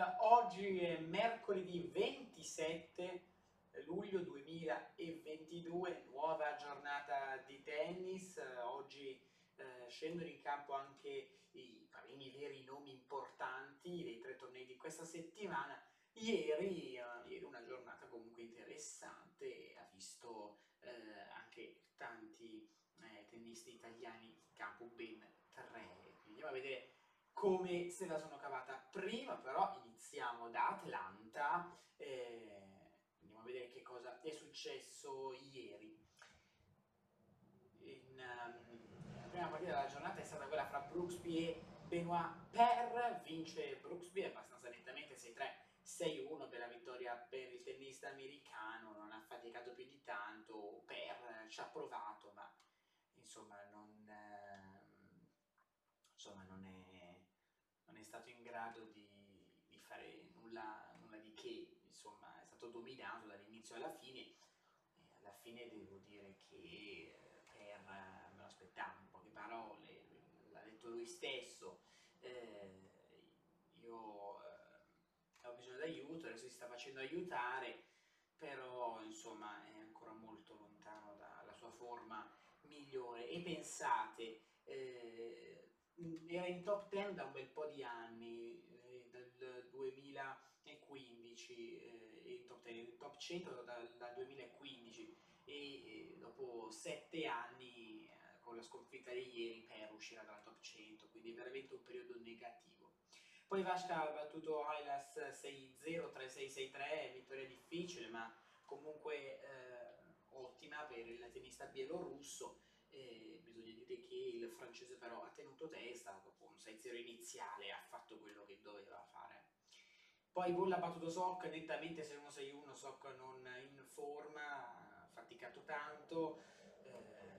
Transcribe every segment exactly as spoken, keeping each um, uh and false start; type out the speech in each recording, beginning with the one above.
oggi è mercoledì ventisette luglio duemilaventidue, nuova giornata di tennis. Oggi eh, scendono in campo anche i primi veri nomi importanti dei tre tornei di questa settimana. Ieri, eh, ieri una giornata comunque interessante, ha visto eh, anche tanti eh, tennisti italiani in campo, ben tre. Andiamo a vedere come se la sono cavata prima, però iniziamo da Atlanta. Eh, andiamo a vedere che cosa è successo ieri. In, um, la prima partita della giornata è stata quella fra Brooksby e Benoit Per. Vince Brooksby abbastanza nettamente sei tre sei uno, bella vittoria per il tennista americano, non ha faticato più di tanto. Per ci ha provato, ma insomma non, eh, insomma, non è non è stato in grado di, di fare nulla, nulla di che, insomma è stato dominato dall'inizio alla fine, e alla fine devo dire che eh, per, me lo aspettavo, in poche parole, l'ha detto lui stesso, eh, io eh, ho bisogno d'aiuto, adesso si sta facendo aiutare, però insomma è ancora molto lontano dalla sua forma migliore. E pensate, eh, era in top dieci da un bel po' di anni, eh, dal duemilaquindici, eh, in top dieci, in top cento dal, dal duemilaquindici, e eh, dopo sette anni eh, con la sconfitta di ieri Per uscirà dalla top cento, quindi veramente un periodo negativo. Poi Vasca ha battuto Ailas sei zero, tre sei, sei tre, vittoria difficile ma comunque eh, ottima per il tennista bielorusso. Eh, bisogna dire che il francese però ha tenuto testa, dopo un sei zero iniziale ha fatto quello che doveva fare. Poi Bull ha battuto Sock nettamente sei uno sei uno, Sock non in forma, ha faticato tanto, eh,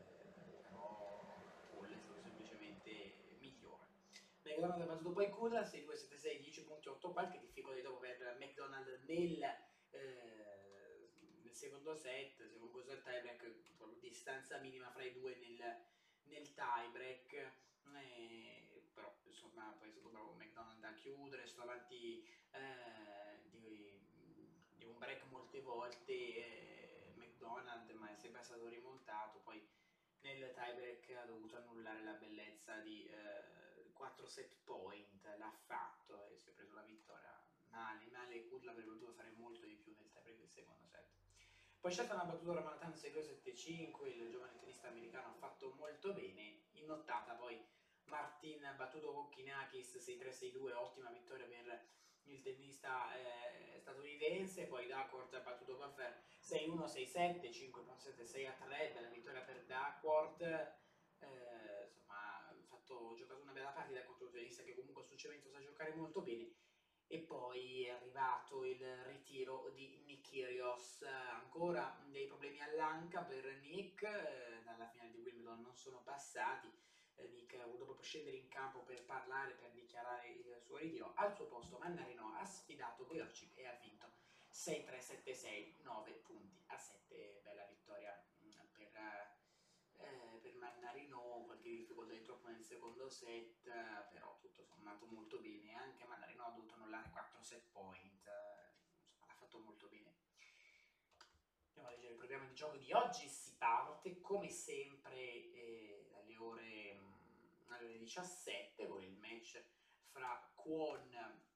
però Bull è stato semplicemente migliore. McDonald ha battuto poi Kudla sei due sette sei, dieci punti, otto qualche difficoltà dopo per McDonald nel, eh, nel secondo set, si è concluso il tiebreak, distanza minima fra i due nel, nel tiebreak, eh, però insomma poi è stato bravo McDonald a chiudere, sto avanti eh, di, di un break molte volte eh, McDonald, ma è sempre stato rimontato, poi nel tiebreak ha dovuto annullare la bellezza di eh, quattro set point, l'ha fatto e si è preso la vittoria. Male, male, Kudla avrebbe potuto fare molto di più nel tiebreak del secondo set. Poi Shelton ha battuto Ramanathan sei due sette cinque, il giovane tennista americano ha fatto molto bene. In nottata poi Martin ha battuto Kokkinakis sei tre sei due, ottima vittoria per il tennista eh, statunitense. Poi Duckworth ha battuto Buffer sei uno sei sette, cinque sette sei a tre, bella vittoria per Duckworth. Eh, insomma, ha fatto, giocato una bella partita contro un tennista che comunque sul cemento sa giocare molto bene. E poi è arrivato il ritiro di Nick Kyrgios, ancora dei problemi all'anca per Nick, eh, dalla finale di Wimbledon non sono passati. eh, Nick ha voluto proprio scendere in campo per parlare, per dichiarare il suo ritiro. Al suo posto Mannarino ha sfidato Gojocic e ha vinto sei tre sette sei, nove punti a sette, bella vittoria mh, per... Eh, per Mannarino, qualche difficoltà di troppo nel secondo set, eh, però tutto sommato molto bene. Anche Mannarino ha dovuto annullare quattro set point, eh, insomma l'ha fatto molto bene. Andiamo a leggere il programma di gioco di oggi. Si parte come sempre eh, dalle ore, mh, alle ore diciassette con il match fra Kwon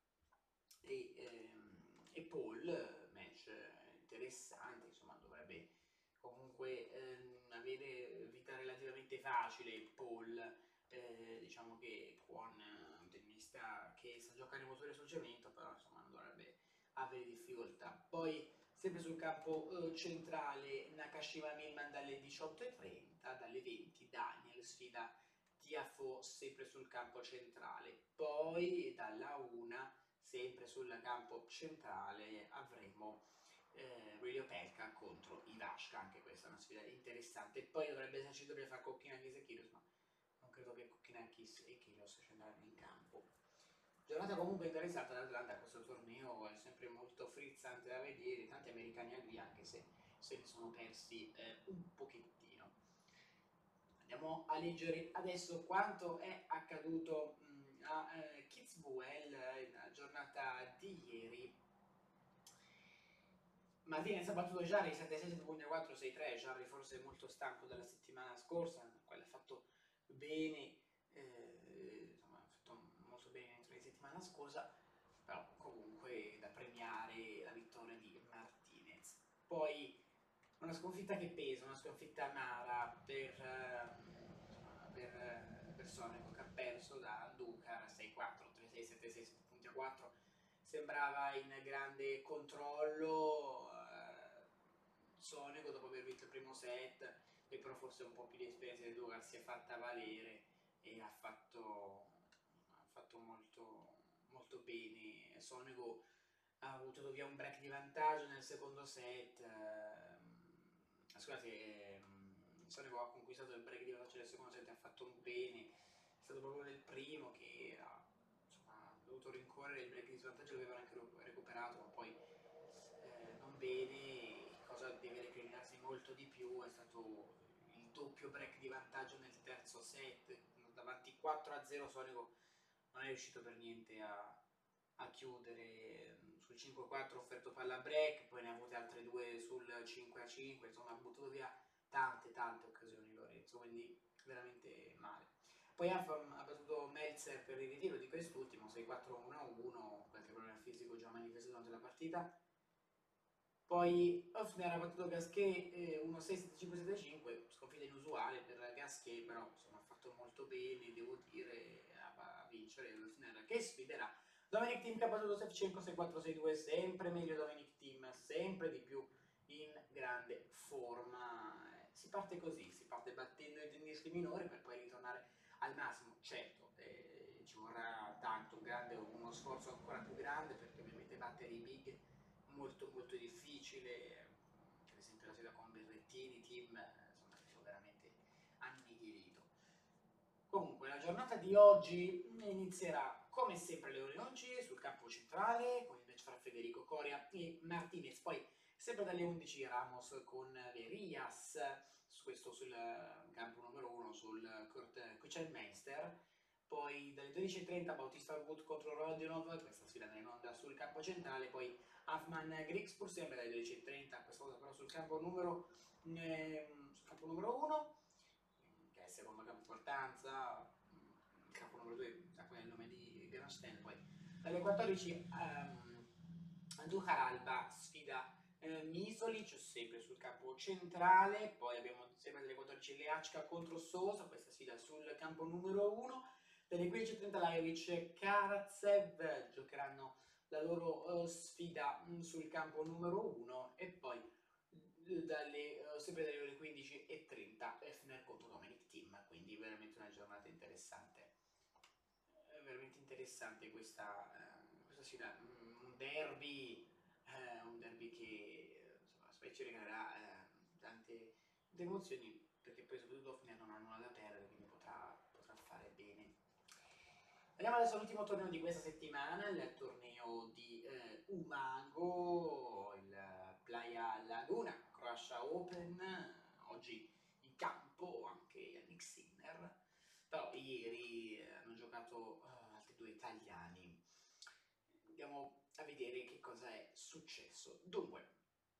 e, ehm, e Paul, match interessante, insomma dovrebbe comunque ehm, avere vita relativamente facile. Paul, eh, diciamo che Kwon è un tennista che sa giocare molto bene sul cemento, però insomma non dovrebbe avere difficoltà. Poi sempre sul campo eh, centrale Nakashima Milman dalle diciotto e trenta, dalle venti Daniel sfida Tiafoe sempre sul campo centrale. Poi dalla una, sempre sul campo centrale, avremo eh, Radio Pelka contro Ivashka, anche questa è una sfida interessante. Poi dovrebbe esserci doppia fra Kokkinakis e Kyrgios, ma non credo che Kokkinakis e Kyrgios scenderanno in campo. Giornata comunque interessante ad Atlanta, questo torneo è sempre molto frizzante da vedere, tanti americani al via anche se se ne sono persi eh, un pochettino. Andiamo a leggere adesso quanto è accaduto mh, a eh, Kitzbühel eh, nella giornata di ieri. Martinez ha battuto Jarry sette sei sette punto quattro sei tre. Jarry forse molto stanco dalla settimana scorsa, nella quale ha fatto bene, eh, insomma, ha fatto molto bene entro la settimana scorsa, però comunque da premiare la vittoria di Martinez. Poi una sconfitta che pesa, una sconfitta amara per, eh, per, eh, per Sonego, che ha perso da Ducar sei quattro tre sei sette sei sette punti quattro. Sembrava in grande controllo eh, Sonego dopo aver vinto il primo set, e però forse un po' più di esperienza di Ducar si è fatta valere e ha fatto, ha fatto molto, molto bene. Sonego ha avuto via un break di vantaggio nel secondo set, ehm, scusate, ehm, Sonego ha conquistato il break di vantaggio nel secondo set e ha fatto bene. È stato proprio nel primo che ha, insomma, ha dovuto rincorrere il break di svantaggio, l'aveva anche recuperato, ma poi eh, non bene. Cosa deve recriminarsi molto di più è stato il doppio break di vantaggio nel terzo set, davanti quattro a zero. Sonego non è riuscito per niente a, a chiudere. Sul cinque a quattro ha offerto palla break, poi ne ha avute altre due sul cinque a cinque, insomma ha buttato via tante tante occasioni Lorenzo, quindi veramente male. Poi ha, ha battuto Meltzer per il ritiro di quest'ultimo, sei quattro uno uno, qualche problema fisico già manifestato durante la partita. Poi Hoffner ha battuto Gasquet eh, uno sei sette cinque sette cinque, sconfitta inusuale per Gasquet, però insomma ha fatto molto bene, devo dire, a, a vincere Hoffner, che sfiderà Dominic Thiem, che ha battuto Shevchenko sei quattro sei due, sempre meglio Dominic Thiem, sempre di più in grande forma. Eh, si parte così, si parte battendo i tennisti minori per poi ritornare al massimo. Certo, eh, ci vorrà tanto, un grande, uno sforzo ancora più grande, perché ovviamente battere i big molto molto difficile, per esempio la sera con Berrettini, Thiem, insomma è stato veramente annichilito. Comunque la giornata di oggi inizierà come sempre alle ore undici sul campo centrale con il match fra Federico Coria e Martinez, poi sempre dalle undici Ramos con Verias, questo sul campo numero uno sul Kurt Kuchenmeister. Poi dalle dodici e trenta Bautista Agut contro Rodionov, questa sfida andrà in onda sul campo centrale. Poi Huffman Grigspur sempre dalle dodici e trenta, questa volta però sul campo numero, ehm, sul campo numero uno, che è il secondo campo importanza. Il campo numero due sa qual è il nome di Granstein. Poi dalle quattordici um, Duhar Alba sfida eh, Misolic sempre sul campo centrale. Poi abbiamo sempre dalle quattordici Leachka contro Sosa, questa sfida sul campo numero uno. Dalle quindici e trenta Lajovic e Karatsev giocheranno la loro uh, sfida mh, sul campo numero uno. E poi dalle, uh, sempre dalle ore quindici e trenta Hefner contro Dominic Thiem, quindi veramente una giornata interessante. È veramente interessante questa, eh, questa sfida, un derby, eh, un derby che insomma, spero ci regalerà eh, tante, tante emozioni, perché poi soprattutto Hefner non ha nulla da perdere, quindi potrà, potrà fare bene. Andiamo adesso all'ultimo torneo di questa settimana, il torneo di eh, Umago, il Playa Laguna Croatia Open. Oggi in campo anche Yannick Sinner, però ieri eh, hanno giocato eh, altri due italiani. Andiamo a vedere che cosa è successo. Dunque,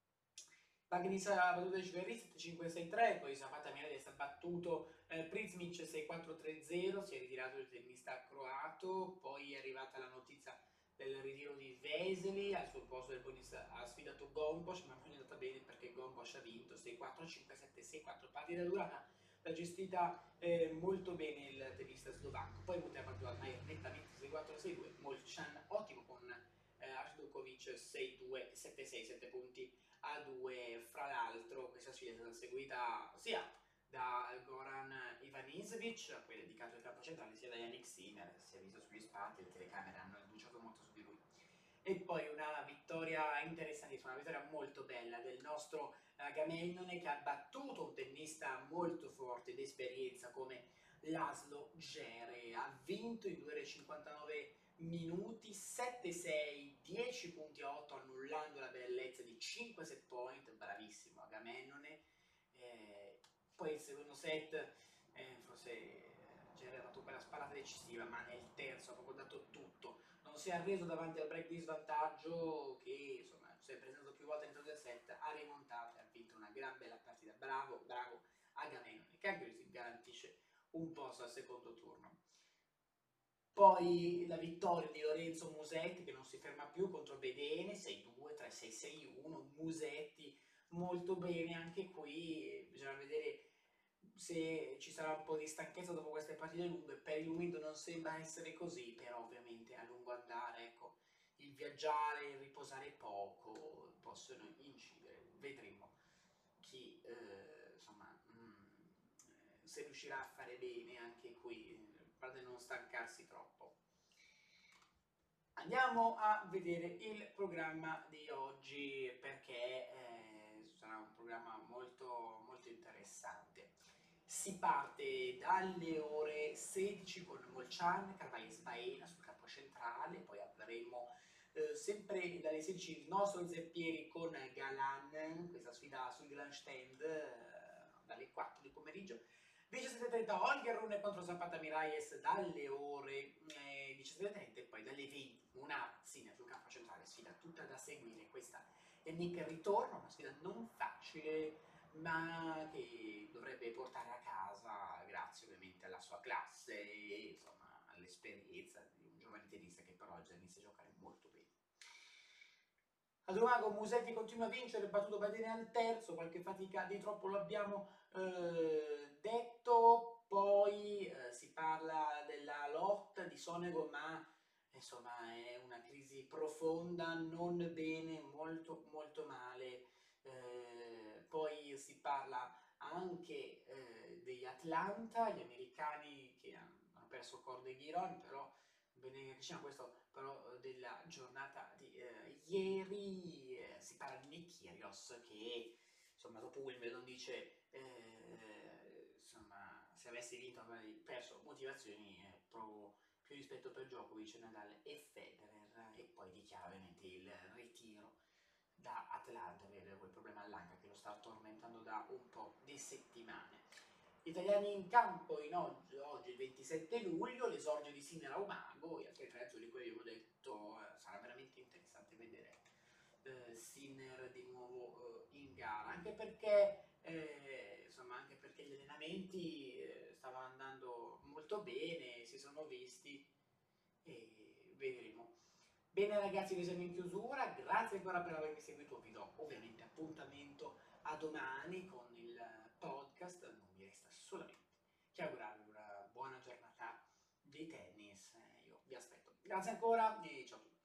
Bagnis ha battuto Echeverry sette cinque sei tre, poi Zapata Mirades ha battuto eh, Prizmic sei quattro tre zero, si è ritirato il tennista croato. Poi è arrivata la notizia del ritiro di Vesely, al suo posto del Bonis ha sfidato Gombos, ma non è andata bene perché Gombos ha vinto sei quattro cinque sette sei quattro, partita durata, l'ha gestita eh, molto bene il tennista slovacco. Poi Mutter ha battuto Almayer nettamente sei quattro sei due, Molchan ottimo con eh, Ardukovic sei due sette sei sette punti a due. Fra l'altro questa sfida è stata seguita sia da Goran Ivanisevic, a cui è dedicato il campo centrale, sia da Yannick Sinner, si è visto sugli spalti, le telecamere hanno indugiato molto su di lui. E poi una vittoria interessantissima, una vittoria molto bella del nostro Agamennone, che ha battuto un tennista molto forte d'esperienza come Laszlo Gere, ha vinto in due ore e cinquantanove minuti, sette sei, dieci punti a otto, annullando la bellezza di cinque set point, bravissimo Agamennone. Eh, poi il secondo set, eh, forse Gere ha fatto fatto quella sparata decisiva, ma nel terzo ha proprio dato tutto, non si è arreso davanti al break di svantaggio che insomma si è presentato più volte dentro del set, ha rimontato e ha vinto una gran bella partita. Bravo, bravo Agamennone, che anche lui si garantisce un posto al secondo turno. Poi la vittoria di Lorenzo Musetti che non si ferma più contro Bedene, sei due, tre sei, sei uno, Musetti molto bene, anche qui bisogna vedere se ci sarà un po' di stanchezza dopo queste partite lunghe. Per il momento non sembra essere così, però ovviamente a lungo andare, ecco, il viaggiare, il riposare poco possono incidere. Vedremo chi, eh, insomma, mh, se riuscirà a fare bene anche qui, per non stancarsi troppo. Andiamo a vedere il programma di oggi perché eh, sarà un programma molto, molto interessante. Si parte dalle ore sedici con Molchan, Carvalho Baena sul campo centrale, poi avremo eh, sempre dalle sedici il nostro Zeppieri con Galan, questa sfida sul Grand Stand eh, dalle quattro di pomeriggio. diciassette e trenta Holger Rune contro Zapata Miralles dalle ore eh, diciassette e trenta e poi dalle venti una Sinner sul campo centrale, sfida tutta da seguire. Questa è Nick il ritorno, una sfida non facile ma che dovrebbe portare a casa grazie ovviamente alla sua classe e insomma all'esperienza di un giovane tennista che però già inizia a giocare molto bene. Adromago Musetti continua a vincere, battuto Badene al terzo, qualche fatica di troppo lo abbiamo eh, detto, poi eh, si parla della lotta di Sonego, ma insomma è una crisi profonda, non bene, molto molto male. Eh, poi si parla anche eh, degli Atlanta, gli americani che hanno perso Corde Giron, però bene, diciamo questo però della giornata di eh, ieri eh, si parla di Nick Kyrgios che insomma dopo Wimbledon dice eh, insomma se avessi vinto avrei perso motivazioni eh, provo più rispetto per Djokovic, Nadal e Federer e poi dichiara ovviamente il ritiro da Atlanta per quel problema all'anca che lo sta tormentando da un po' di settimane. Italiani in campo in oggi, oggi il ventisette luglio, l'esordio di Sinner a Umago, e altri tre azzurri, come abbiamo detto, eh, sarà veramente interessante vedere eh, Sinner di nuovo eh, in gara, anche perché, eh, insomma, anche perché gli allenamenti eh, stavano andando molto bene, si sono visti e vedremo. Bene ragazzi, noi siamo in chiusura, grazie ancora per avermi seguito, vi do ovviamente appuntamento a domani con il podcast, non mi resta solamente che augurarvi una buona giornata di tennis, eh, io vi aspetto. Grazie ancora e ciao a tutti.